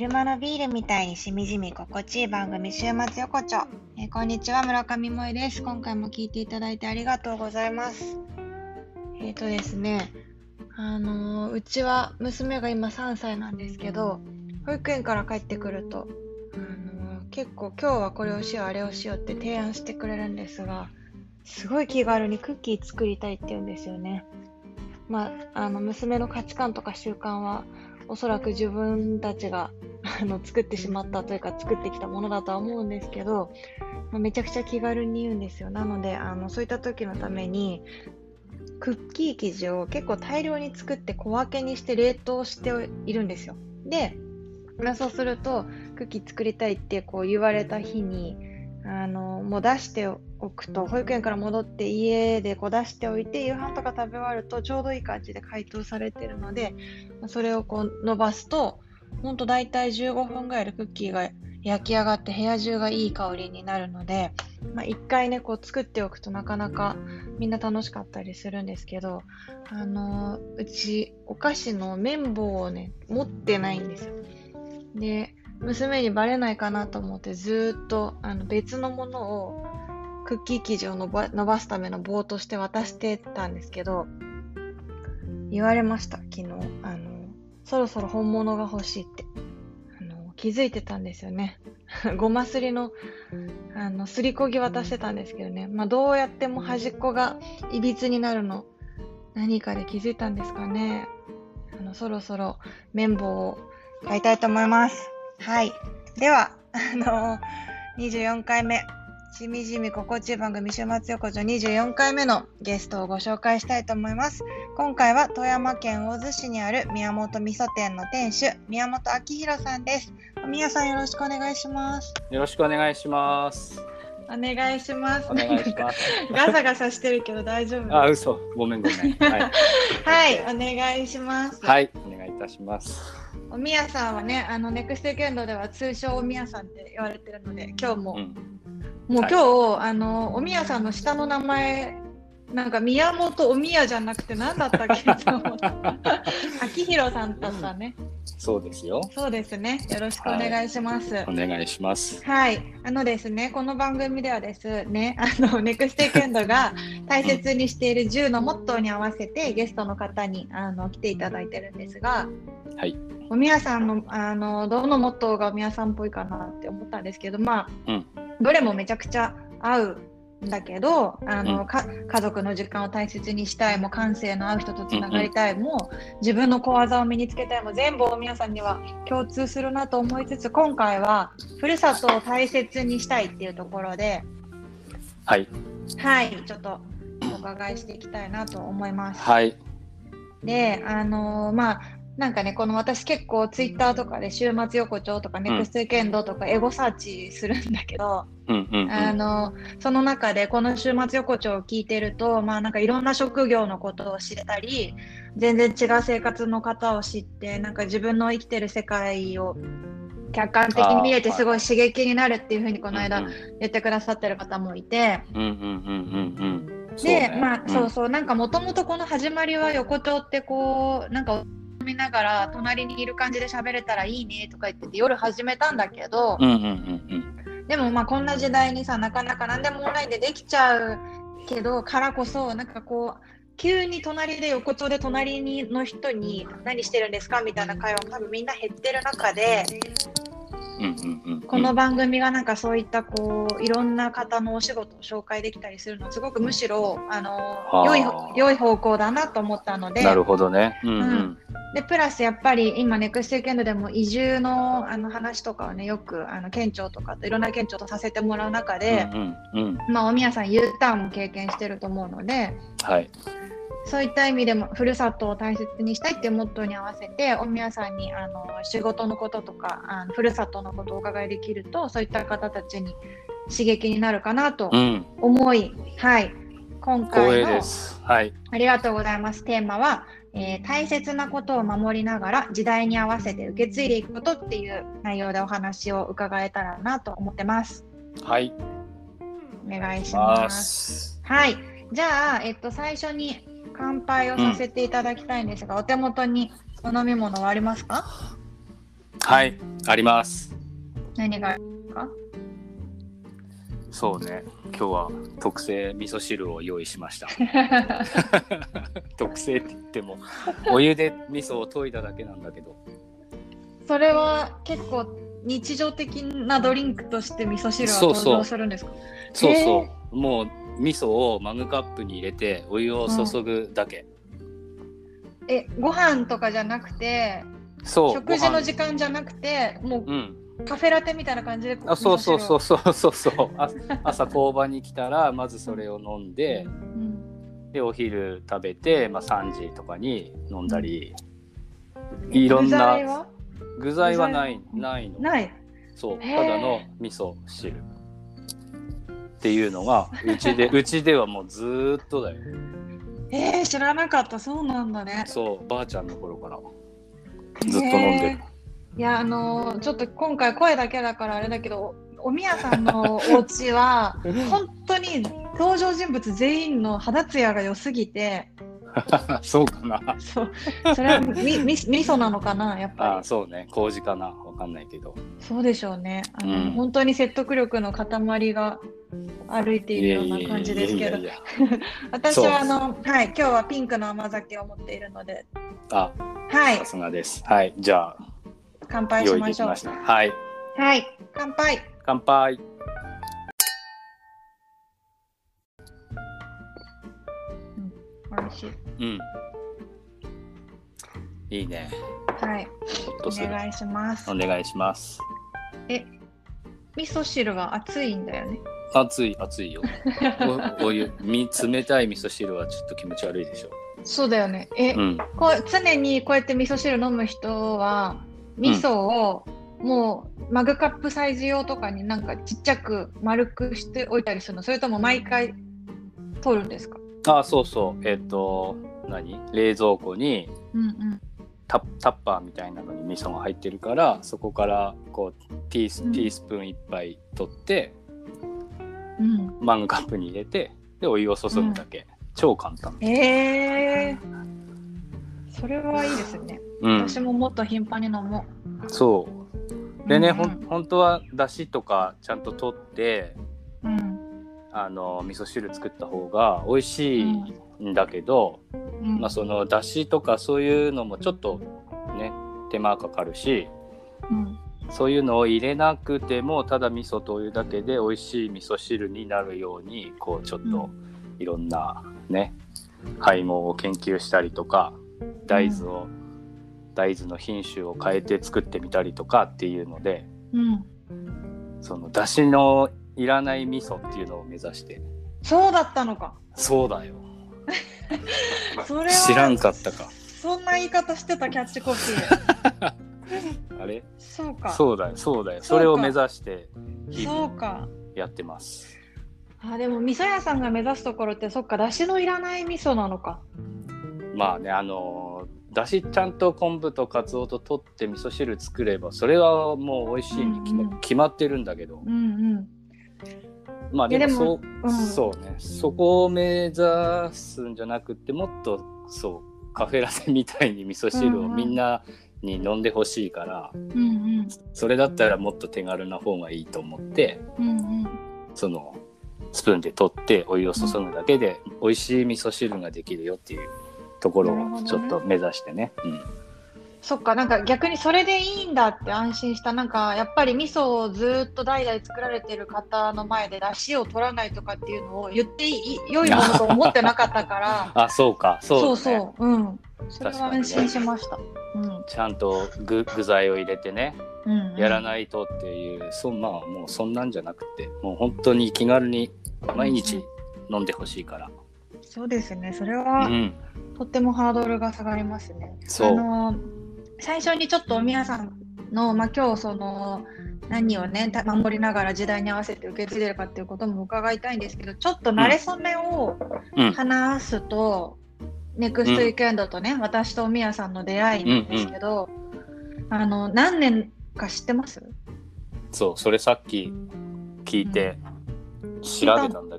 昼間のビールみたいにしみじみ心地いい番組週末横丁。こんにちは、村上萌です。今回も聞いていただいてありがとうございます。ですね、うちは娘が今3歳なんですけど、保育園から帰ってくると、結構今日はこれをしようあれをしようって提案してくれるんですが、すごい気軽にクッキー作りたいって言うんですよね。娘の価値観とか習慣はおそらく自分たちが作ってしまったというか作ってきたものだとは思うんですけど、めちゃくちゃ気軽に言うんですよ。なのでそういった時のためにクッキー生地を結構大量に作って小分けにして冷凍しているんですよ。で、そうするとクッキー作りたいってこう言われた日にもう出しておくと、保育園から戻って家でこう出しておいて夕飯とか食べ終わるとちょうどいい感じで解凍されているので、それをこう伸ばすとほんとだいたい15分ぐらいでクッキーが焼き上がって部屋中がいい香りになるので、一回ねこう作っておくとなかなかみんな楽しかったりするんですけど、うちお菓子の綿棒をね持ってないんですよ。で、娘にバレないかなと思ってずっと別のものをクッキー生地を伸ばすための棒として渡してたんですけど、言われました。昨日そろそろ本物が欲しいって気づいてたんですよね。ごますりのすりこぎ渡してたんですけどね、どうやっても端っこがいびつになるの何かで気づいたんですかね。そろそろ綿棒を買いたいと思います。はい。では、24回目、しみじみ心地いい番組週末横丁24回目のゲストをご紹介したいと思います。今回は富山県大津市にある宮本味噌店の店主、宮本明弘さんです。宮さん、よろしくお願いします。 よろしくお願いします。 お願いします。 お願いします。 ガサガサしてるけど大丈夫ですか？ 嘘。ごめん。はい、 はい、お願いします。 はい、お願いいたします。 おみやさんはね、ネクステ剣道では通称おみやさんって言われてるので、今日も、もう今日、おみやさんの下の名前、なんか宮本おみやじゃなくて何だったっけと思った。明弘さんだったね。 そうですよ。 そうですね。よろしくお願いします。 お願いします。 はい。ですね、この番組ではですね、ネクステ剣道が大切にしている10のモットーに合わせてゲストの方に来ていただいてるんですが、 はい。 おみやさんのどのモットーがおみやさんっぽいかなって思ったんですけど、どれもめちゃくちゃ合うんだけど、家族の時間を大切にしたいも、感性の合う人とつながりたいも、自分の小技を身につけたいも、全部おみやさんには共通するなと思いつつ、今回はふるさとを大切にしたいっていうところで、はい、ちょっとお伺いしていきたいなと思います。 はい。 で、なんかね、この私結構ツイッターとかで週末横丁とかネクスト剣道とかエゴサーチするんだけど、その中でこの週末横丁を聞いてると、なんかいろんな職業のことを知れたり、全然違う生活の方を知って、なんか自分の生きてる世界を客観的に見れてすごい刺激になるっていう風にこの間言ってくださってる方もいて、で、そうなんかもともとこの始まりは横丁ってこうなんか見ながら隣にいる感じで喋れたらいいねとか言ってて夜始めたんだけど、でもこんな時代にさ、なかなか何でもオンラインでできちゃうけどからこそ、なんかこう急に隣で横丁で隣の人に何してるんですかみたいな会話も多分みんな減ってる中で、この番組がなんかそういったこういろんな方のお仕事を紹介できたりするのはすごくむしろ良い方向だなと思ったので。 なるほどね。 でプラスやっぱり今ネクスト剣道でも移住の話とかをねよく県庁とかといろんな県庁とさせてもらう中で、おみやさん U ターンも経験してると思うので、そういった意味でもふるさとを大切にしたいっていうモットーに合わせておみやさんに仕事のこととかふるさとのことをお伺いできると、そういった方たちに刺激になるかなと思い、今回のありがとうございます。テーマは大切なことを守りながら時代に合わせて受け継いでいくことっていう内容でお話を伺えたらなと思ってます。 はい。 お願いします。はい。じゃあ、最初に乾杯をさせていただきたいんですが、お手元にお飲み物はありますか？ はい、あります。 何があるか？ そうね、今日は特製味噌汁を用意しました。特製って言ってもお湯で味噌を溶いただけなんだけど。 それは結構日常的なドリンクとして味噌汁は登場するんですか？ そうそう、もう味噌をマグカップに入れてお湯を注ぐだけ。 ご飯とかじゃなくて、 そう、 食事の時間じゃなくて、もう、カフェラテみたいな感じでそう朝工場に来たらまずそれを飲んで、でお昼食べて、3時とかに飲んだり、いろんな具材はないの。そう、ただの味噌汁っていうのがうちではもうずっとだよ。 知らなかった。そうなんだね。 そう、ばあちゃんの頃からずっと飲んでる。 いや、ちょっと今回声だけだからあれだけど、おみやさんのお家は本当に登場人物全員の肌ツヤが良すぎてそうかな。 それは味噌なのかな、やっぱり。 そうね、麹かな、わかんないけど。 そうでしょうね。本当に説得力の塊が歩いているような感じですけど、私は今日はピンクの甘酒を持っているので、 さすがです。はい、じゃあ乾杯しましょう。 はい、 乾杯。 乾杯。 美味しい。 いいね。 はい。お願いします。 お願いします。 味噌汁は熱いんだよね。 熱いよ。お湯、冷たい味噌汁はちょっと気持ち悪いでしょ。 そうだよね。常にこうやって味噌汁飲む人は味噌をもうマグカップサイズ用とかになんかちっちゃく丸くしておいたりするの？それとも毎回取るんですか？ そうそう。冷蔵庫に、タッパーみたいなのに味噌が入ってるから、そこからこうティースプーン1杯取って、マグカップに入れて、でお湯を注ぐだけ。超簡単。 それはいいですね。私ももっと頻繁に飲もう。そうでね、本当はだしとかちゃんと取って、味噌汁作った方が美味しいんだけど、そのだしとかそういうのもちょっとね手間かかるし、そういうのを入れなくてもただ味噌とお湯だけで美味しい味噌汁になるように、こうちょっといろんなね配合を研究したりとか、大豆の品種を変えて作ってみたりとかっていうので、そのだしのいらない味噌っていうのを目指して。 そうだったのか。 そうだよ。 それは知らんかったか。 そんな言い方してた、キャッチコピー。 あれ？ そうか。 そうだよ。それを目指してやってます。 でも味噌屋さんが目指すところって、そっか、だしのいらない味噌なのか。 だしちゃんと昆布とカツオと取って味噌汁作ればそれはもう美味しいに決まってるんだけど、でもそうね、そこを目指すんじゃなくて、もっとカフェラテみたいに味噌汁をみんなに飲んでほしいから、それだったらもっと手軽な方がいいと思って、そのスプーンで取ってお湯を注ぐだけで美味しい味噌汁ができるよっていうところをちょっと目指してね。 そっか、なんか逆にそれでいいんだって安心した。なんかやっぱり味噌をずっと代々作られてる方の前で出汁を取らないとかっていうのを言って良いものと思ってなかったからそうか、そう、 それは安心しました。 ちゃんと具材を入れてね、やらないとっていう、もうそんなんじゃなくて、もう本当に気軽に毎日飲んでほしいから。 そうですね、それは、とってもハードルが下がりますね。最初にちょっとおみやさんの、今日何をね守りながら時代に合わせて受け継いでるかっていうことも伺いたいんですけど、ちょっと慣れ初めを話すと、ネクストウィークエンドとね、私とおみやさんの出会いなんですけど、何年か知ってます？ それさっき聞いて調べたんだ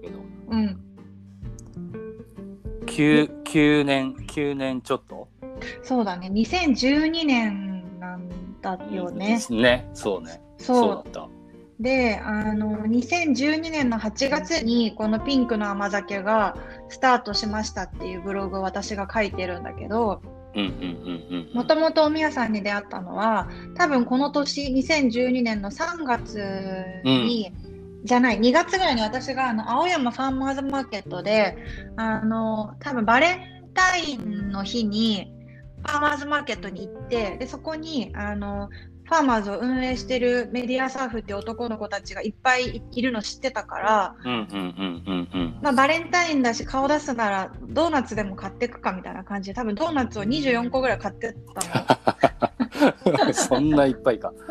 けど、9年ちょっと。 そうだね、2012年なんたよね。 ね、そうね。そうだった。 で、2012年の8月にこのピンクの甘酒がスタートしましたっていうブログを私が書いてるんだけど、もともとおみやさんに出会ったのは多分この年2012年の3月に、じゃない2月ぐらいに私が青山ファーマーズマーケットで多分バレンタインの日にファーマーズマーケットに行って、でそこにファーマーズを運営してるメディアサーフっていう男の子たちがいっぱいいるの知ってたから、バレンタインだし顔出すならドーナツでも買っていくかみたいな感じで、多分ドーナツを24個ぐらい買ってったの。 そんないっぱいか。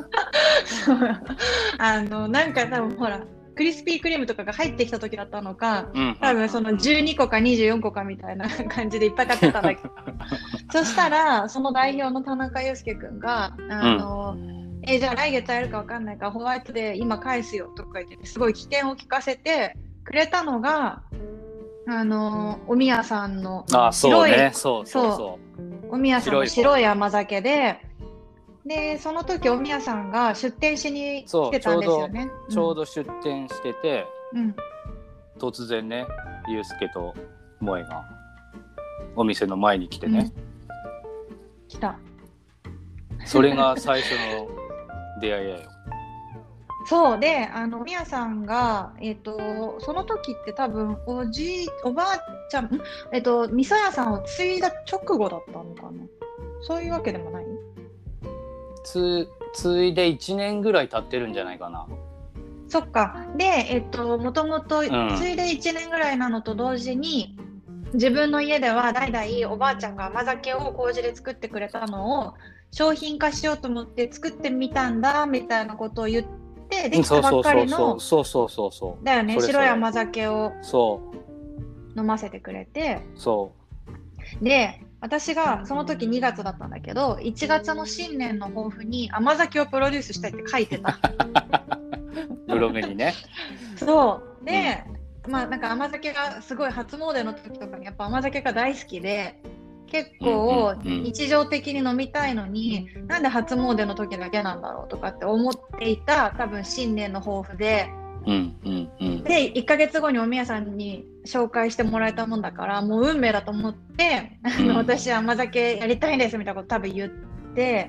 なんか多分ほらクリスピークリームとかが入ってきた時だったのか、多分その12個か24個かみたいな感じでいっぱい買ってたんだけどそしたらその代表の田中裕介くんがじゃあ来月会えるか分かんないからホワイトで今返すよとか言ってすごい機転を利かせてくれたのがおみやさんの白い、おみやさんの白い甘酒でその時おみやさんが出店しに来てたんですよね。 ちょうど出店してて、突然ねゆうすけと萌えがお店の前に来てね、 来た。 それが最初の出会いやよ。 そうでみやさんがその時って多分おばあちゃん味噌屋さんを継いだ直後だったのかな。そういうわけでもない。 継いで1年ぐらい経ってるんじゃないかな。 そっか。でもともと継いで1年ぐらいなのと同時に、自分の家では代々おばあちゃんが甘酒を麹で作ってくれたのを商品化しようと思って作ってみたんだみたいなことを言ってできたばっかりのだよね、白い甘酒を飲ませてくれて、で私がその時2月だったんだけど、1月の新年の抱負に甘酒をプロデュースしたいって書いてたブログにね。 そうで、なんか甘酒がすごい初詣の時とかにやっぱ甘酒が大好きで結構日常的に飲みたいのに、なんで初詣の時だけなんだろうとかって思っていた多分新年の抱負で、で1ヶ月後におみやさんに紹介してもらえたもんだからもう運命だと思って私甘酒やりたいんですみたいなこと多分言って、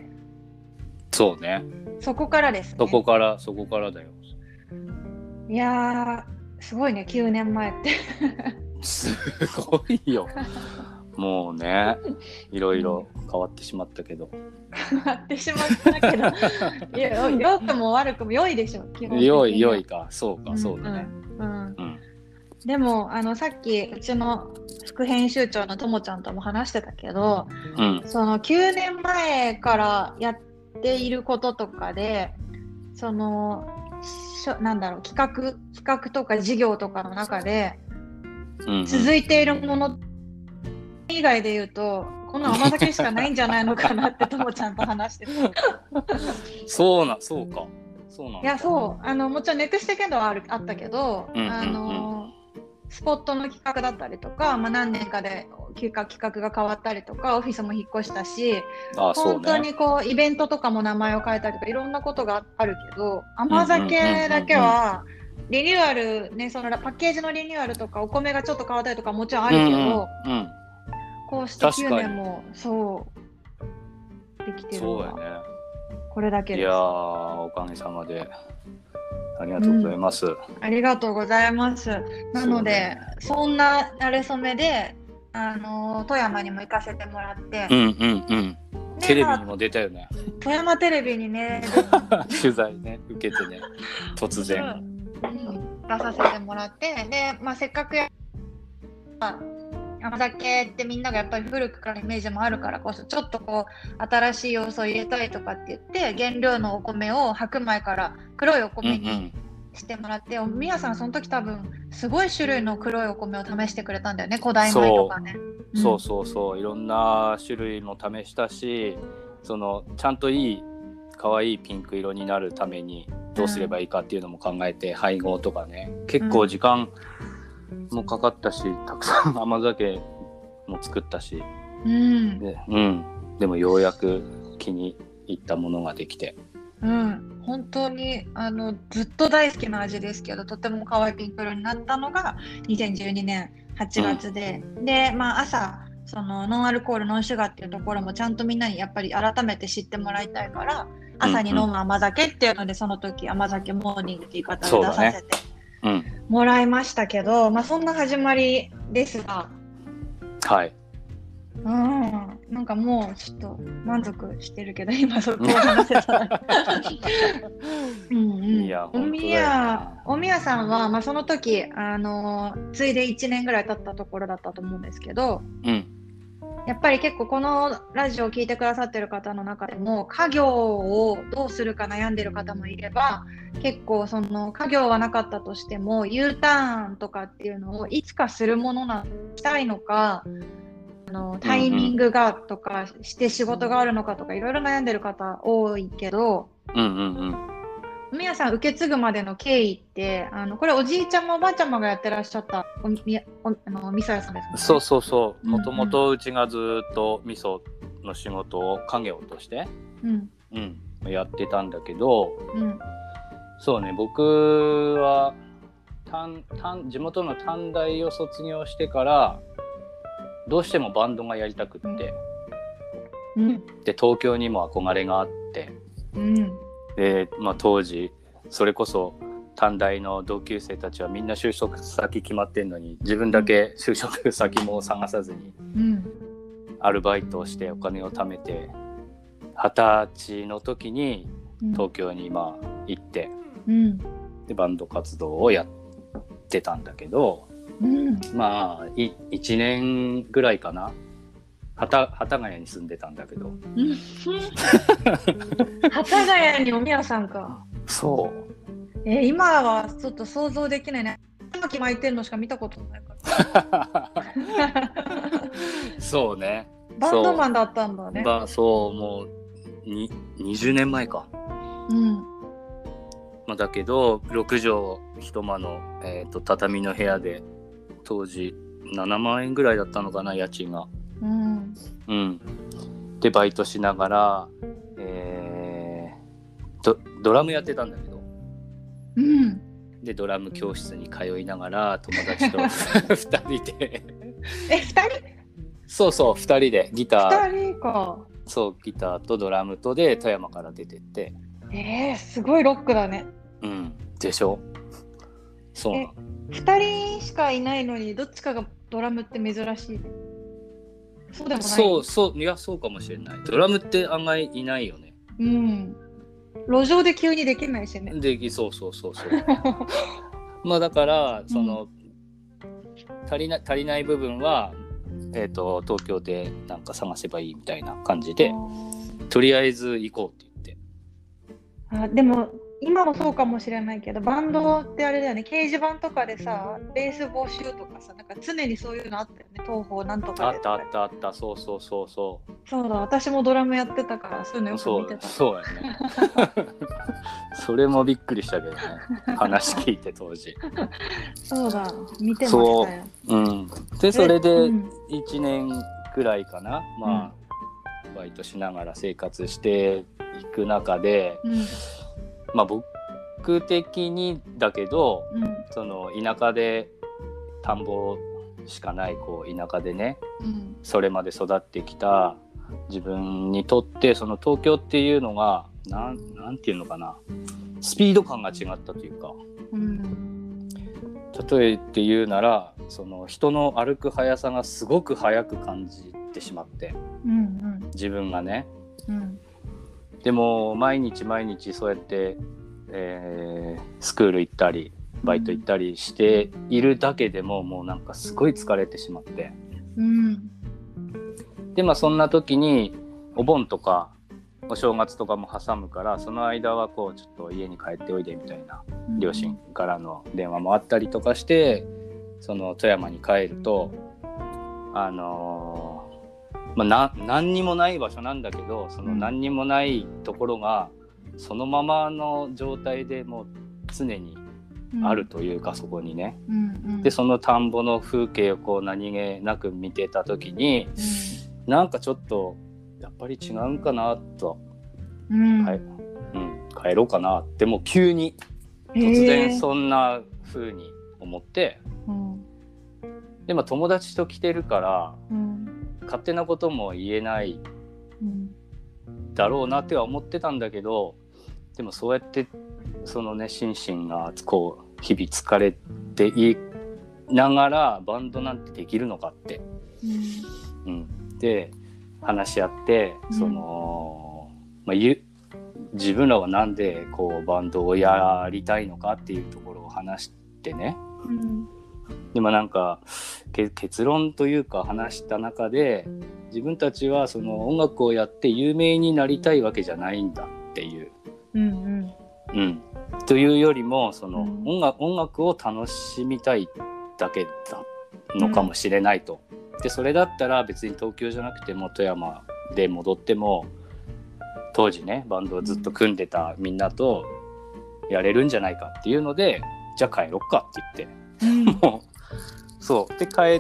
そうね、 そこからですね。 そこからだよ。 いやーすごいね、9年前ってすごいよもうねいろいろ変わってしまったけど変わってしまったけどいや良くも悪くも良いでしょ。 良いか、そうか、そうだね。 でもさっきうちの副編集長のともちゃんとも話してたけど、その9年前からやっていることとかでそのなんだろう企画とか事業とかの中で続いているもの以外で言うとこの甘酒しかないんじゃないのかなってともちゃんと話してたそうか。 いやそうもちろんネクステケンドはあったけど、スポットの企画だったりとか、何年かで企画が変わったりとかオフィスも引っ越したし、本当にこうイベントとかも名前を変えたりとかいろんなことがあるけど、甘酒だけはリニューアルね、そのパッケージのリニューアルとかお米がちょっと変わったりとかもちろんあるけど、こうして9年もそうできてるのはそうやね、 これだけです。 いやおかげさまでありがとうございます、 ありがとうございます。なので そんな馴れ初めで富山にも行かせてもらって、 テレビにも出たよね。 富山テレビにね取材ね受けてね突然、 出させてもらって、で、せっかく甘酒ってみんながやっぱり古くからイメージもあるからこそちょっとこう新しい要素を入れたいとかって言って原料のお米を白米から黒いお米にしてもらって、みやさんその時多分すごい種類の黒いお米を試してくれたんだよね、古代米とかね。 そういろんな種類も試したし、そのちゃんといい可愛いピンク色になるためにどうすればいいかっていうのも考えて、配合とかね結構時間もかかったし、たくさん甘酒も作ったし、でもようやく気にいったものができて、 本当にずっと大好きな味ですけど、とても可愛いピンク色になったのが2012年8月で、で、朝そのノンアルコールノンシュガーっていうところもちゃんとみんなにやっぱり改めて知ってもらいたいから、朝に飲む甘酒っていうので、その時甘酒モーニングっていう言い方で出させてもらいましたけど、そんな始まりですが、 はい、 なんかもうちょっと満足してるけど、今そこを話せたらいやおみやさんは、その時ついで1年ぐらい経ったところだったと思うんですけど、やっぱり結構このラジオを聞いてくださってる方の中でも、家業をどうするか悩んでる方もいれば、結構その家業はなかったとしても U ターンとかっていうのをいつかするものなしたいのか、タイミングがとかして仕事があるのかとかいろいろ悩んでる方多いけど、みやさん受け継ぐまでの経緯ってこれおじいちゃまおばあちゃまがやってらっしゃった味噌屋さんですかね。 そうもともとうちがずっと味噌の仕事を家業として、やってたんだけど、そうね、僕は地元の短大を卒業してからどうしてもバンドがやりたくって、で東京にも憧れがあって、で、当時それこそ短大の同級生たちはみんな就職先決まってんのに、自分だけ就職先も探さずに、アルバイトをしてお金を貯めて20歳の時に東京に行って、でバンド活動をやってたんだけど、1年ぐらいかな、幡ヶ谷に住んでたんだけど幡ヶ谷におみやさんか。 そう、 今はちょっと想像できないね。巻巻いてるのしか見たことないからそうね、 バンドマンだったんだね。 そうもう20年前か。だけど6畳一間の、畳の部屋で当時7万円ぐらいだったのかな、家賃が。でバイトしながら、ドラムやってたんだけど、でドラム教室に通いながら友達と2人で 2人？ そう2人でギター 2人か。 そうギターとドラムとで富山から出てって、 すごいロックだね。 でしょ。そうなの。 2人しかいないのにどっちかがドラムって珍しい。そうでもない。 そういやそうかもしれない。ドラムって案外いないよね。 路上で急にできないしね。 そうだからその、足りない部分は東京でなんか探せばいいみたいな感じで、とりあえず行こうって言って。 でも今もそうかもしれないけど、バンドってあれだよね、掲示板とかでさ、ベース募集とかさ、なんか常にそういうのあったよね。東宝なんとかで。 あったそうそうだ、私もドラムやってたからそういうのよく見てた。 そうやねそれもびっくりしたけどね、話聞いて当時そうだ、見てましたよ。 でそれで1年くらいかな、バイトしながら生活していく中で、僕的にだけど、その田舎で田んぼしかない田舎でね、それまで育ってきた自分にとって、その東京っていうのがなんていうのかな、スピード感が違ったというか、例えて言うなら、その人の歩く速さがすごく速く感じてしまって、自分がね、でも毎日そうやって、スクール行ったりバイト行ったりしているだけでももうなんかすごい疲れてしまって、でそんな時にお盆とかお正月とかも挟むから、その間はちょっと家に帰っておいでみたいな両親からの電話もあったりとかして、その富山に帰ると何にもない場所なんだけど、その何にもないところがそのままの状態でもう常にあるというか、そこにね、でその田んぼの風景を何気なく見てた時に、なんかちょっとやっぱり違うんかなと帰ろうかなってもう急に突然そんな風に思って、でも友達と来てるから、勝手なことも言えないだろうなっては思ってたんだけど、でもそうやってそのね心身がこう日々疲れていながらバンドなんてできるのかって、で話し合って、その、自分らはなんでこうバンドをやりたいのかっていうところを話してね、でもなんか結論というか話した中で、自分たちはその音楽をやって有名になりたいわけじゃないんだっていう、というよりもその音楽を楽しみたいだけだのかもしれないと。でそれだったら別に東京じゃなくても富山で戻っても当時ねバンドをずっと組んでたみんなとやれるんじゃないかっていうので、じゃあ帰ろっかって言って、もうそうで帰って、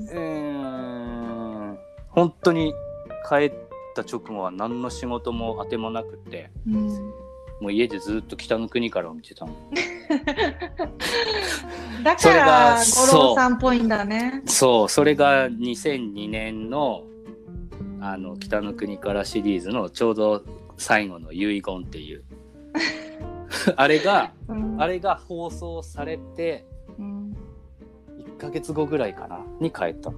本当に帰った直後は何の仕事も当てもなくて、もう家でずっと北の国からを見てたの。 だから五郎さんっぽいんだね。 そう、それが2002年の北の国からシリーズのちょうど最後の遺言っていうあれが放送されて1ヶ月後ぐらいかなに帰ったの。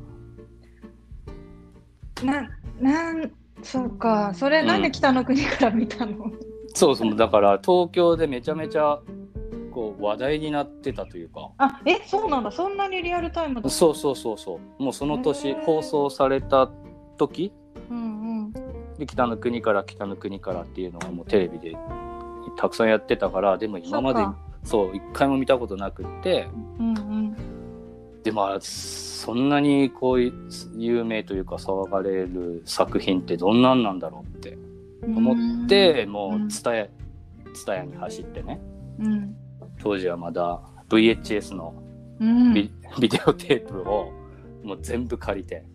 そうか、それなんで北の国から見たの？ そうだから東京でめちゃめちゃこう話題になってたというか。 そうなんだ。そんなにリアルタイムだ。 そうもうその年放送された時、で北の国からっていうのがもうテレビでたくさんやってたから、でも今まで一回も見たことなくって、でそんなにこう有名というか騒がれる作品ってどんなんなんだろうって思って、もうツタヤに走ってね、当時はまだ VHS のビデオテープをもう全部借りて、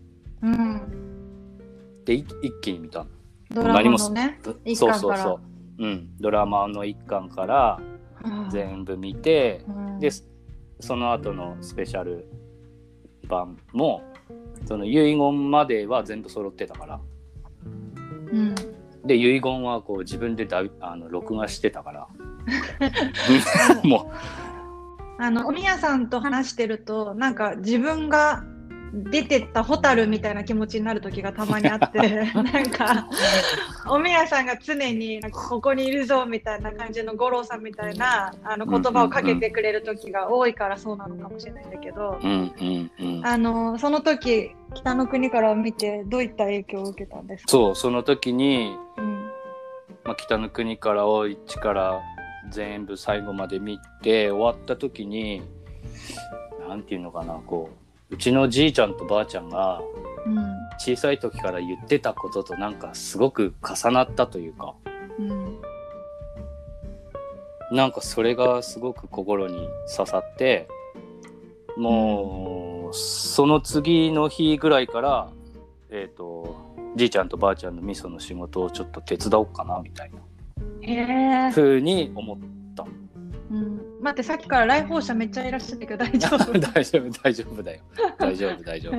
で一気に見たの。 ドラマのね、一巻から。 ドラマの一巻から全部見て、でその後のスペシャル版もその遺言までは全部揃ってたから、で遺言はこう自分で録画してたからもうおみやさんと話してるとなんか自分が出てったホタルみたいな気持ちになる時がたまにあってなんかおみやさんが常になんかここにいるぞみたいな感じの五郎さんみたいな言葉をかけてくれる時が多いからそうなのかもしれないんだけど、その時北の国からを見てどういった影響を受けたんですか？ その時に、北の国からを一から全部最後まで見て終わった時になんていうのかな、うちのじいちゃんとばあちゃんが小さい時から言ってたこととなんかすごく重なったというか、なんかそれがすごく心に刺さって、もうその次の日ぐらいからじいちゃんとばあちゃんの味噌の仕事をちょっと手伝おうかなみたいな風に思った。 待って、さっきから来訪者めっちゃいらっしゃるけど大丈夫？ 大丈夫だよ。大丈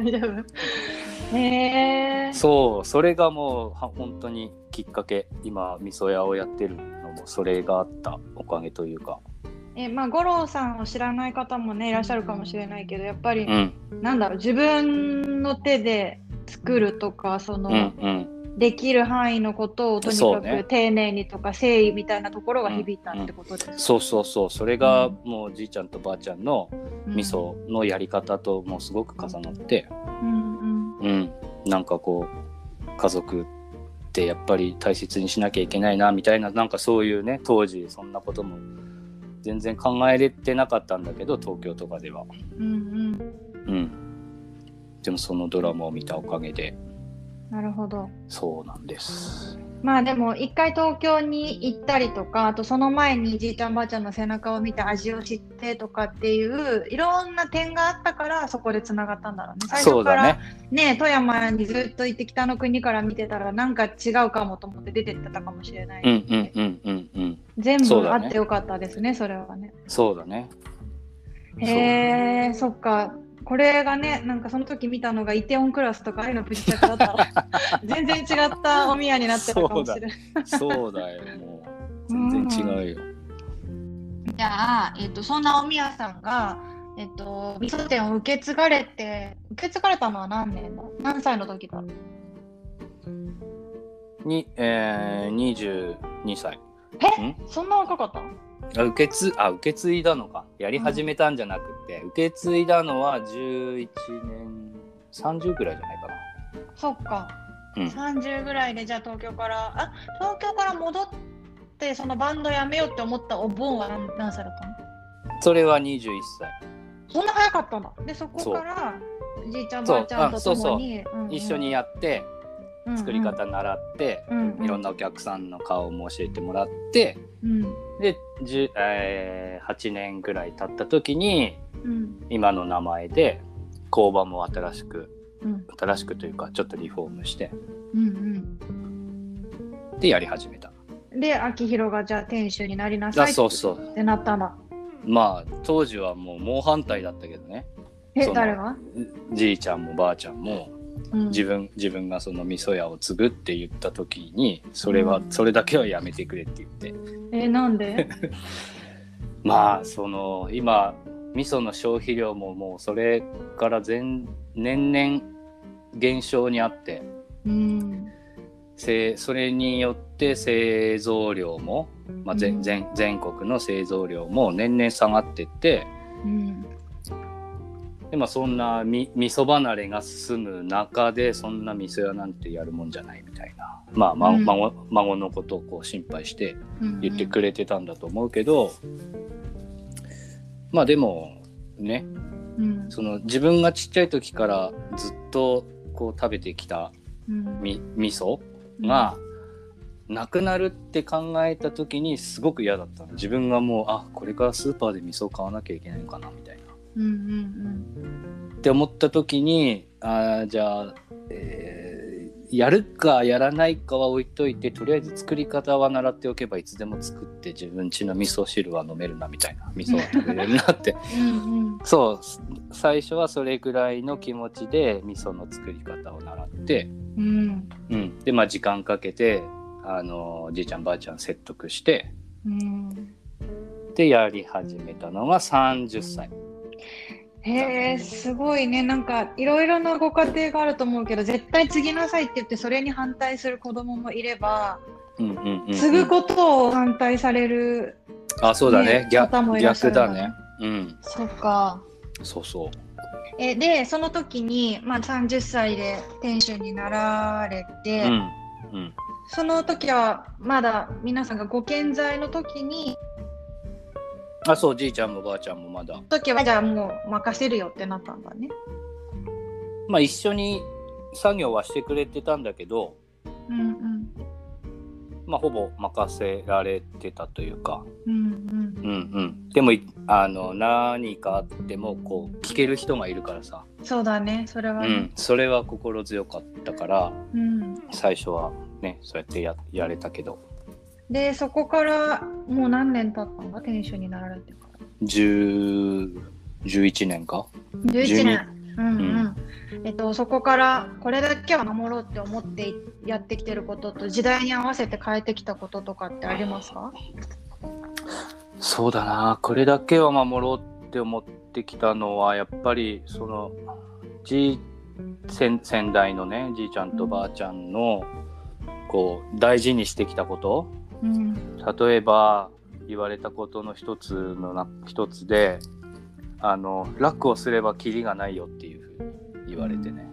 夫。そう、それがもう本当にきっかけ。今味噌屋をやってるのもそれがあったおかげというか。 五郎さんを知らない方もねいらっしゃるかもしれないけど、やっぱり、なんだろう、自分の手で作るとかできる範囲のことをとにかく丁寧にとか誠意みたいなところが響いたってことですか？ そうそれがもうじいちゃんとばあちゃんの味噌のやり方ともすごく重なって、なんかこう家族ってやっぱり大切にしなきゃいけないなみたいな、なんかそういうね、当時そんなことも全然考えれてなかったんだけど東京とかでは、でもそのドラマを見たおかげで。 なるほど。 そうなんです。 まあでも一回東京に行ったりとか、あとその前にじいちゃんばあちゃんの背中を見て味を知ってとかっていういろんな点があったからそこでつながったんだろうね。最初からね、富山にずっと行って北の国から見てたらなんか違うかもと思って出てってたかもしれない、全部あってよかったですね、それはね。 そうだね。 へえ、そっか。これがね、なんかその時見たのがイテオンクラスとかああいうのプリキュアだったら全然違ったお宮になってたかもしれない。 そうだよ、もう全然違うよ。 じゃあ、そんなお宮さんが、味噌店を受け継がれたのは何年だ？何歳の時だ ？22歳。 そんな若かった？ 受け継いだのか。やり始めたんじゃなくて、受け継いだのは11年、30ぐらいじゃないかな。 そっか。30ぐらいで、じゃあ東京から戻ってそのバンドやめようって思ったお盆は何歳だったの？ それは21歳。 そんな早かったんだ。で、そこからじいちゃんばあちゃんと共に一緒にやって作り方習って、いろんなお客さんの顔も教えてもらって、で、8年ぐらい経った時に、今の名前で工場も新しくというかちょっとリフォームして、でやり始めた。で、秋広がじゃあ店主になりなさいってなったんだ。まあ当時はもう猛反対だったけどね。 誰が？ じいちゃんもばあちゃんも、自分がその味噌屋を継ぐって言った時にそれだけはやめてくれって言って。 なんで？ まあ今味噌の消費量ももうそれから年々減少にあって、それによって製造量も、全国の製造量も年々下がってって、でそんな味噌離れが進む中でそんな味噌屋なんてやるもんじゃないみたいな、孫のことをこう心配して言ってくれてたんだと思うけど、でもね、その自分がちっちゃい時からずっとこう食べてきた味噌がなくなるって考えた時にすごく嫌だったの。自分がもうこれからスーパーで味噌買わなきゃいけないのかなみたいな、って思った時にじゃあ、やるかやらないかは置いといてとりあえず作り方は習っておけばいつでも作って自分家の味噌汁は飲めるなみたいな、味噌は食べれるなってそう最初はそれぐらいの気持ちで味噌の作り方を習って、で時間かけてじいちゃんばあちゃん説得して、でやり始めたのが30歳。 へえ、すごいね。なんかいろいろなご家庭があると思うけど、絶対継ぎなさいって言ってそれに反対する子供もいれば、継ぐことを反対される、 そうだね、 方もいらっしゃる。 逆だね。 そっか。 そうでその時に、30歳で店主になられて、その時はまだ皆さんがご健在の時に、 そう、じいちゃんもばあちゃんもまだ。 時はじゃあもう任せるよってなったんだね。 一緒に作業はしてくれてたんだけど、ほぼ任せられてたというか、でも何かあってもこう聞ける人がいるからさ。 そうだね、それはね。 それは心強かったから、最初はねそうやって やれたけど。 でそこからもう何年経ったのが店主になられてから？ 11年か。 11年。そこからこれだけは守ろうって思ってやってきてることと時代に合わせて変えてきたこととかってありますか？ そうだな、これだけは守ろうって思ってきたのはやっぱりその先代のねじいちゃんとばあちゃんのこう大事にしてきたこと、例えば言われたことの一つで楽をすればキリがないよっていうふうに言われてね、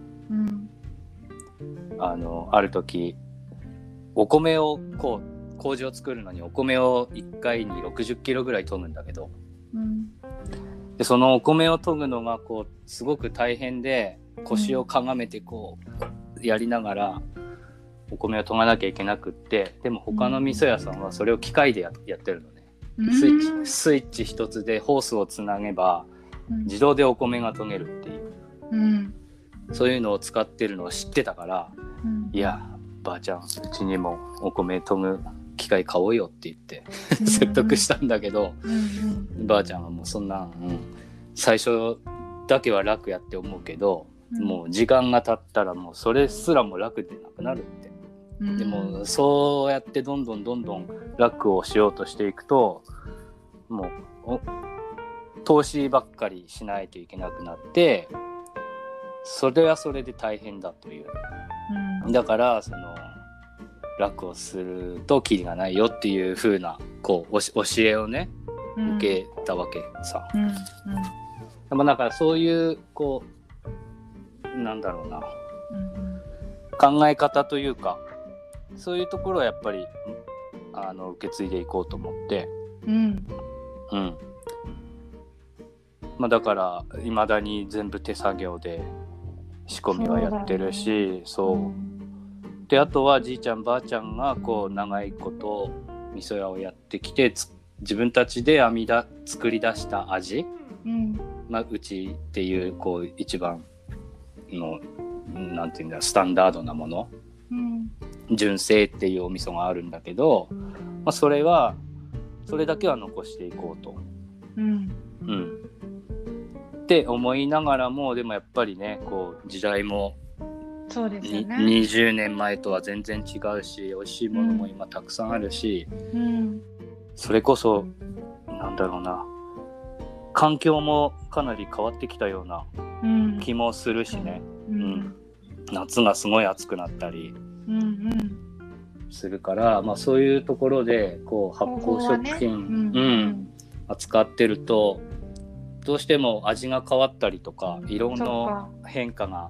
ある時お米をこう麹を作るのにお米を1回に60キロぐらい研ぐんだけど、でそのお米を研ぐのがこうすごく大変で腰をかがめてこうやりながらお米を研がなきゃいけなくって、でも他の味噌屋さんはそれを機械で やってるのね、スイッチ一つでホースをつなげば自動でお米が研げるっていう、そういうのを使ってるのを知ってたから、いやばあちゃん、うちにもお米研ぐ機械買おうよって言って説得したんだけど、ばあちゃんはもうそんな、最初だけは楽やって思うけど、もう時間が経ったらもうそれすらも楽でなくなるって、でもそうやってどんどん楽をしようとしていくと、もう投資ばっかりしないといけなくなって、それはそれで大変だという、だからその楽をするとキリがないよっていう風なこう教えをね、受けたわけさ、だからそういうこうなんだろうな、考え方というか、そういうところはやっぱり受け継いでいこうと思って、だから未だに全部手作業で仕込みはやってるし、そうで、あとはじいちゃんばあちゃんがこう長いこと味噌屋をやってきて、自分たちで作り出した味、うちっていうこう一番のなんていうんだ、スタンダードなもの、純正っていうお味噌があるんだけど、それだけは残していこうと、って思いながらも、でもやっぱりね、こう時代もそうですよね、 20年前とは全然違うし、美味しいものも今たくさんあるし、それこそなんだろうな、環境もかなり変わってきたような気もするしね、夏がすごい暑くなったりするから、そういうところでこう発酵食品、扱ってるとどうしても味が変わったりとか、色の変化が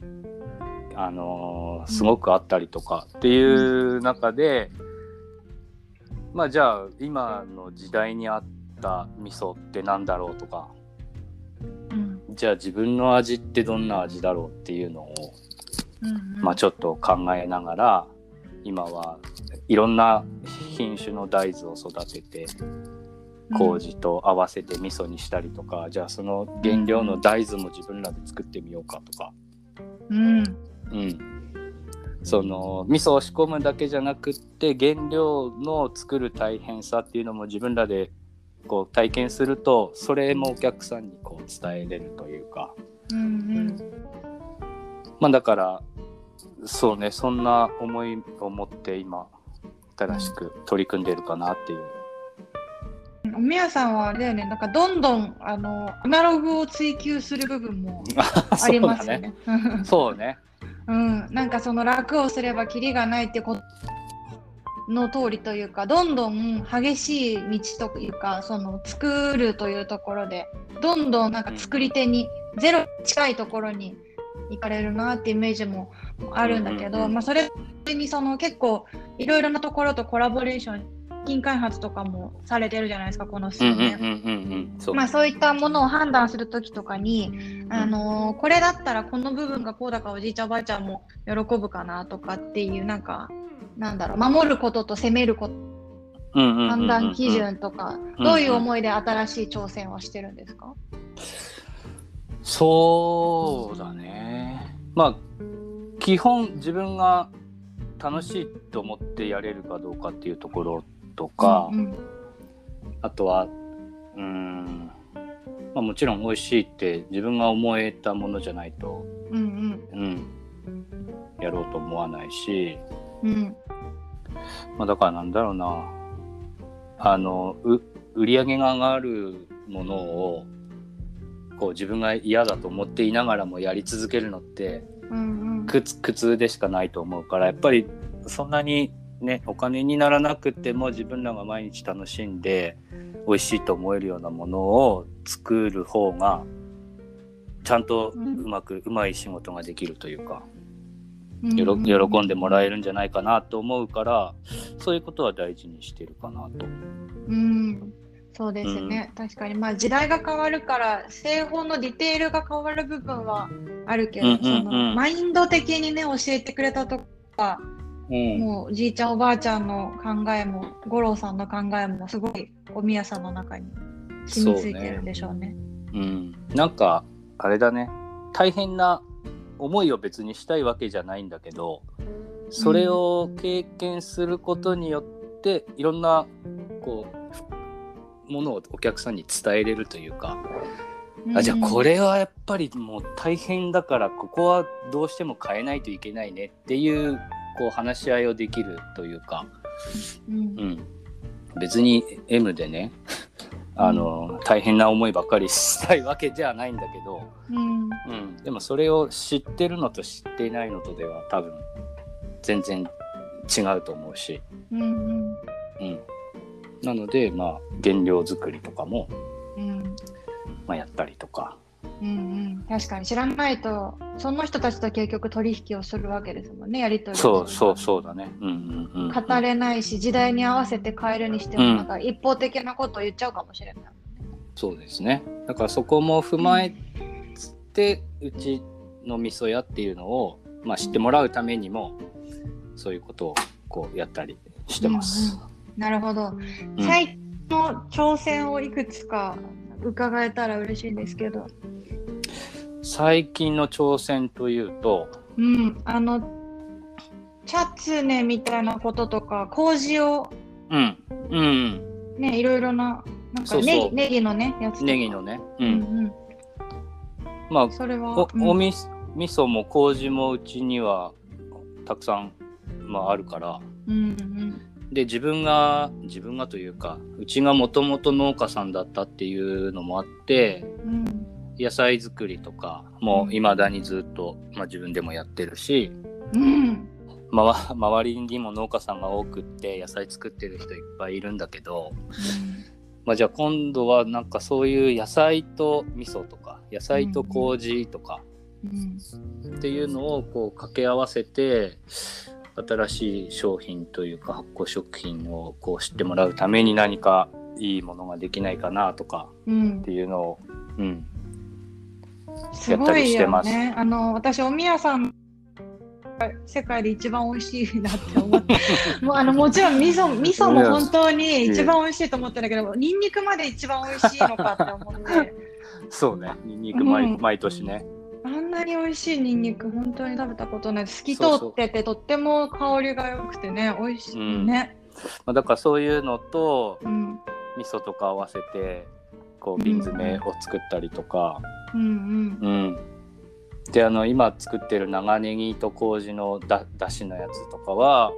すごくあったりとかっていう中で、じゃあ今の時代に合った味噌ってなんだろうとか、じゃあ自分の味ってどんな味だろうっていうのを、ちょっと考えながら、今はいろんな品種の大豆を育てて麹と合わせて味噌にしたりとか、じゃあその原料の大豆も自分らで作ってみようかとか、その味噌を仕込むだけじゃなくって、原料の作る大変さっていうのも自分らでこう体験すると、それもお客さんにこう伝えれるというか、だからそうね、そんな思いを持って今新しく取り組んでるかなっていう。 おみやさんはあれだよね、なんかどんどんアナログを追求する部分もありますよね。 そうね。 なんかその楽をすればキリがないってことの通りというか、どんどん激しい道というか、その作るというところでどんどんなんか作り手にゼロに近いところに行かれるなってイメージもあるんだけど、それにその結構いろいろなところとコラボレーション、商品開発とかもされてるじゃないですか、この数年。そういったものを判断するときとかに、これだったらこの部分がこうだからおじいちゃんおばあちゃんも喜ぶかなとかっていう、なんだろう、守ることと攻めること、判断基準とか、どういう思いで新しい挑戦をしてるんですか？ そうだね、基本自分が楽しいと思ってやれるかどうかっていうところとか、あとはもちろん美味しいって自分が思えたものじゃないと、やろうと思わないし、だからなんだろうな、売り上げが上がるものをこう自分が嫌だと思っていながらもやり続けるのって苦痛でしかないと思うから、やっぱりそんなにね、お金にならなくても自分らが毎日楽しんで美味しいと思えるようなものを作る方がちゃんとうまい仕事ができるというか、喜んでもらえるんじゃないかなと思うから、そういうことは大事にしてるかなと。 そうですね、確かに時代が変わるから製法のディテールが変わる部分はあるけど、そのマインド的にね教えてくれたとかもうじいちゃんおばあちゃんの考えも五郎さんの考えもすごいおみやさんの中に染みついてるんでしょうね。 なんかあれだね、大変な思いを別にしたいわけじゃないんだけど、それを経験することによっていろんなこうものをお客さんに伝えれるというか、じゃあこれはやっぱりもう大変だからここはどうしても変えないといけないねっていうこう話し合いをできるというか、別に M でね大変な思いばっかりしたいわけじゃないんだけど、でもそれを知ってるのと知っていないのとでは多分全然違うと思うし、なので原料作りとかも、やったりとか、 確かに知らないとその人たちと結局取引をするわけですもんね、やり取りそうだね、 語れないし時代に合わせて変えるにしてもなんか一方的なことを言っちゃうかもしれない、 そうですね。だからそこも踏まえて、うちの味噌屋っていうのを、知ってもらうためにもそういうことをこうやったりしてます。 なるほど。最近の挑戦をいくつか伺えたら嬉しいんですけど。 最近の挑戦というと、 チャツネみたいなこととか麹を、いろいろななんかネギのねやつとか。 ネギのね。それはお味噌も麹もうちにはたくさん、あるから。で自分がというかうちがもともと農家さんだったっていうのもあって、野菜作りとかもう未だにずっと、自分でもやってるし、周りにも農家さんが多くって野菜作ってる人いっぱいいるんだけど、じゃあ今度はなんかそういう野菜と味噌とか野菜と麹とか、っていうのをこう掛け合わせて新しい商品というか発酵食品をこう知ってもらうために何かいいものができないかなとかっていうのを、やったりしてます。すごいよね。 私おみやさん世界で一番美味しいなって思ってもちろん味噌も本当に一番美味しいと思ってるけど、ニンニクまで一番美味しいのかって思ってそうね、ニンニク毎年ね、 あんなに美味しいニンニク本当に食べたことない。透き通っててとっても香りが良くてね、美味しいね。 だからそういうのと、味噌とか合わせてこう瓶詰めを作ったりとか、で今作ってる長ネギと麹のだしのやつとかは、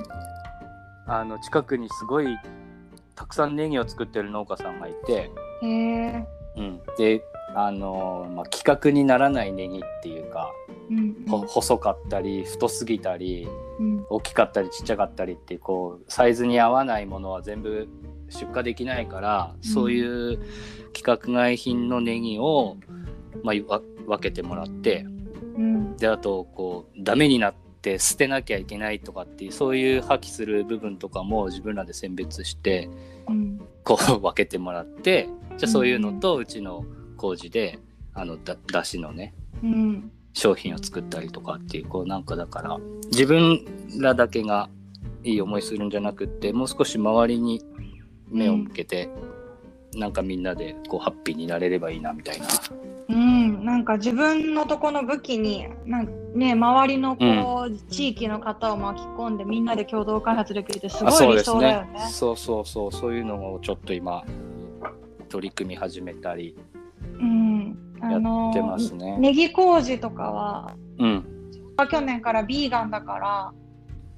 近くにすごいたくさんネギを作ってる農家さんがいて、で規格にならないネギっていうか、細かったり太すぎたり、大きかったりちっちゃかったりってこうサイズに合わないものは全部出荷できないから、そういう規格外品のネギを、分けてもらって、であとこうダメになって捨てなきゃいけないとかっていうそういう破棄する部分とかも自分らで選別して、こう分けてもらって、じゃあそういうのとうちの麹でだしのね、商品を作ったりとかっていう、こうなんかだから自分らだけがいい思いするんじゃなくって、もう少し周りに目を向けて、なんかみんなでこうハッピーになれればいいなみたいな。 なんか自分のとこの武器に周りのこう、地域の方を巻き込んでみんなで共同開発できるってすごい理想だよね。 そういうのをちょっと今取り組み始めたりやってますね。 ネギ麹とかは、去年からビーガンだから、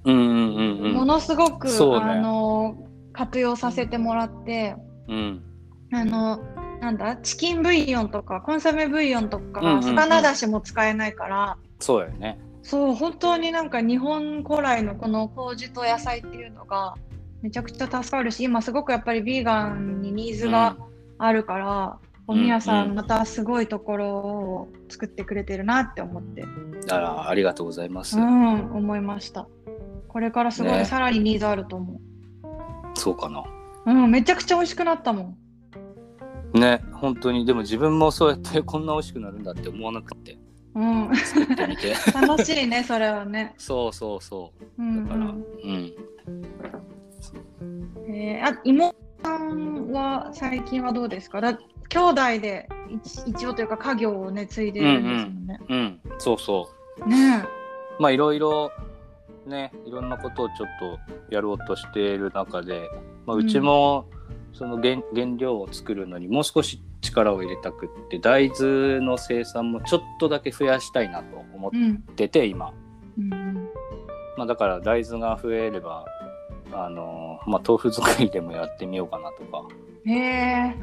ものすごく、活用させてもらって、チキンブイヨンとかコンソメブイヨンとか、魚だしも使えないから、 そうだよね。 そう本当になんか日本古来のこの麹と野菜っていうのがめちゃくちゃ助かるし、今すごくやっぱりビーガンにニーズがあるから、おみやさんまたすごいところを作ってくれてるなって思って、 ありがとうございます。 思いました。これからすごいさらにニーズあると思う。 そうかな。 めちゃくちゃ美味しくなったもんね。 本当に。でも自分もそうやってこんな美味しくなるんだって思わなくて、 作ってみて楽しいねそれはね。 そうそうそう、だから、 妹さんは最近はどうですか？兄弟で一応というか家業をね継いでるんですもんね。 そうそうね。 まあいろいろね、いろんなことをちょっとやろうとしている中で、うちもその原料を作るのにもう少し力を入れたくって、大豆の生産もちょっとだけ増やしたいなと思ってて、今、だから大豆が増えれば豆腐作りでもやってみようかなとか。ね。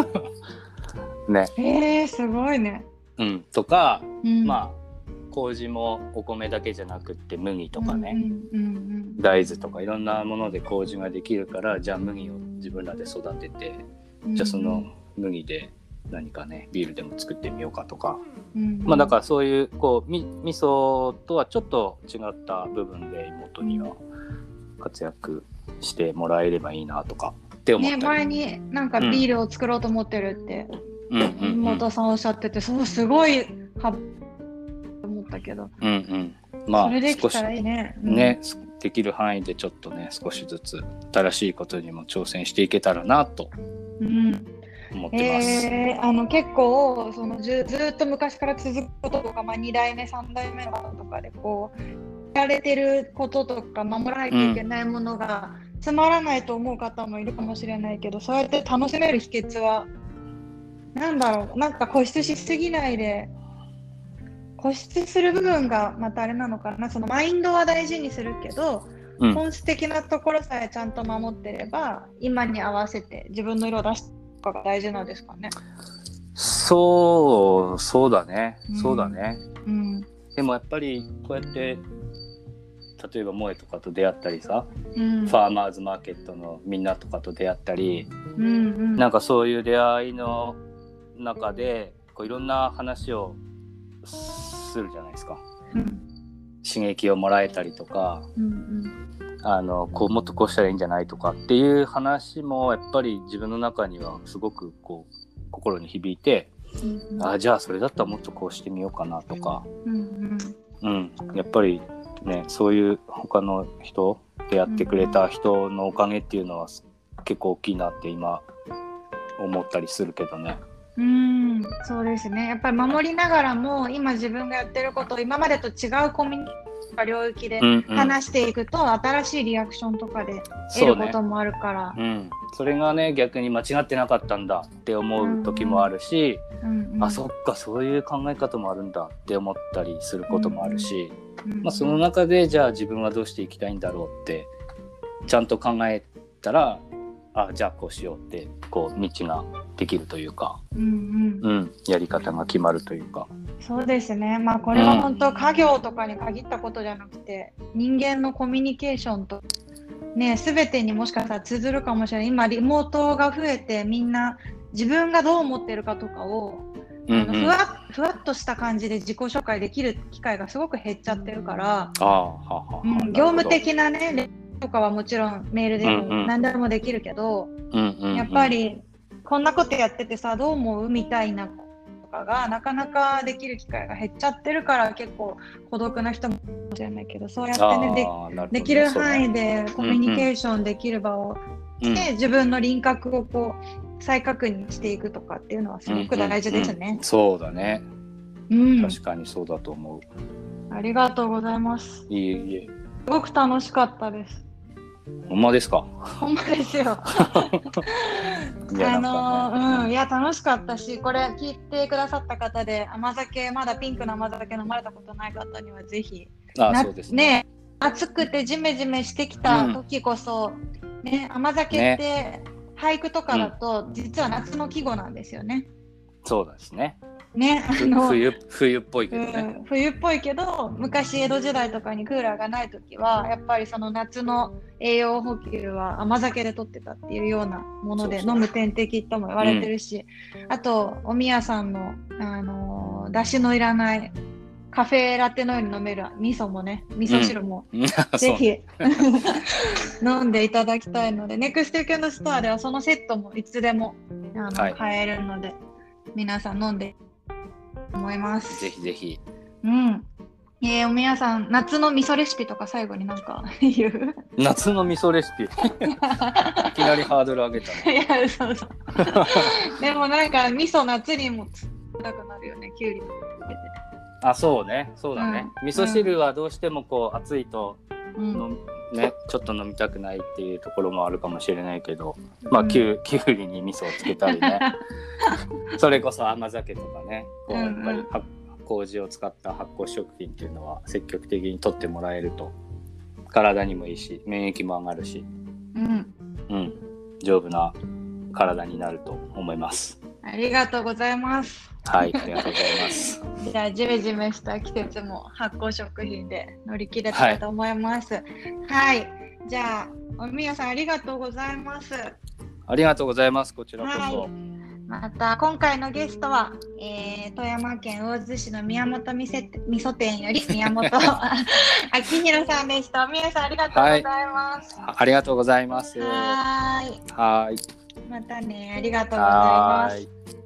すごいね。 とか、麹もお米だけじゃなくって麦とかね、大豆とかいろんなもので麹ができるから、じゃあ麦を自分らで育てて、じゃあその麦で何かねビールでも作ってみようかとか、だからそういうこう味噌とはちょっと違った部分で妹には活躍してもらえればいいなとかって思ったり、 前になんかビールを作ろうと思ってるって妹さんおっしゃってて、そうすごい思ったけど、それできたらいいね。 できる範囲でちょっとね少しずつ新しいことにも挑戦していけたらなと思ってます。 結構そのずっと昔から続くこととか、2代目3代目の方とかでこうやられてることとか守らないといけないものがつまらないと思う方もいるかもしれないけど、そうやって楽しめる秘訣はなんだろう。なんか固執しすぎないで、固執する部分がまたあれなのかな。そのマインドは大事にするけど、本質的なところさえちゃんと守ってれば、今に合わせて自分の色を出すとかが大事なんですかね。 そうだね、でもやっぱりこうやって例えば萌えとかと出会ったりさ、ファーマーズマーケットのみんなとかと出会ったり、なんかそういう出会いの中でこういろんな話をするじゃないですか、刺激をもらえたりとか、こうもっとこうしたらいいんじゃないとかっていう話もやっぱり自分の中にはすごくこう心に響いて、じゃあそれだったらもっとこうしてみようかなとか、やっぱりね、そういう他の人出会ってくれた人のおかげっていうのは結構大きいなって今思ったりするけどね。 そうですね。やっぱり守りながらも今自分がやってることを今までと違うコミュニティとか領域で話していくと、新しいリアクションとかで得ることもあるから、 それがね逆に間違ってなかったんだって思う時もあるし、そっかそういう考え方もあるんだって思ったりすることもあるし、その中でじゃあ自分はどうしていきたいんだろうってちゃんと考えたら、じゃあこうしようってこう道ができるというか、やり方が決まるというか。 そうですね。これは本当家業とかに限ったことじゃなくて、人間のコミュニケーションとね、全てにもしかしたら通ずるかもしれない。今リモートが増えてみんな自分がどう思ってるかとかをふわっとした感じで自己紹介できる機会がすごく減っちゃってるから、業務的なねとかはもちろんメールでも何でもできるけど、やっぱりこんなことやっててさどう思うみたいなとかがなかなかできる機会が減っちゃってるから、結構孤独な人もかもしれないけど、そうやってねできる範囲でコミュニケーションできる場をして、自分の輪郭をこう再確認していくとかっていうのはすごく大事ですね。 そうだね、確かにそうだと思う。 ありがとうございます。 いえすごく楽しかったです。 ほんまですか？ ほんまですよ。いや楽しかったし、これ聞いてくださった方で甘酒、まだピンクの甘酒飲まれたことない方にはぜひ、 そうですね。 暑くてジメジメしてきた時こそ、甘酒って俳句とかだと実は夏の季語なんですよね。 そうですね。冬っぽいけどね、 冬っぽいけど、昔江戸時代とかにクーラーがない時はやっぱりその夏の栄養補給は甘酒で取ってたっていうようなもので、飲む点滴とも言われてるし、あとおみやさんの、出汁のいらないカフェラテのように飲める味噌もね、味噌汁も、ぜひ飲んでいただきたいので、ネクストユーケンドストアではそのセットもいつでも買えるので、皆さん飲んで思います。 ぜひぜひうん。おみやさん、夏の味噌レシピとか最後になんか言う？ 夏の味噌レシピいきなりハードル上げたね。 いや、そうそう。でもなんか味噌夏にもつたくなるよね、きゅうりとか入れて。 あ、そうね、そうだね。味噌汁はどうしてもこう暑いとね、ちょっと飲みたくないっていうところもあるかもしれないけど、まあきゅうりに味噌をつけたりねそれこそ甘酒とかね、こうやっぱり麹を使った発酵食品っていうのは積極的に取ってもらえると体にもいいし、免疫も上がるし、丈夫な体になると思います。 ありがとうございます。 はい、ありがとうございます。 じゃあジメジメした季節も発酵食品で乗り切れたらと思います。はい、じゃあおみやさんありがとうございます。 ありがとうございます。こちらこそ。 また今回のゲストは、富山県魚津市の宮本味噌店より宮本明宏さんでした。みやさんありがとうございます。 ありがとうございます。 はい。 はい。 またね、ありがとうございます。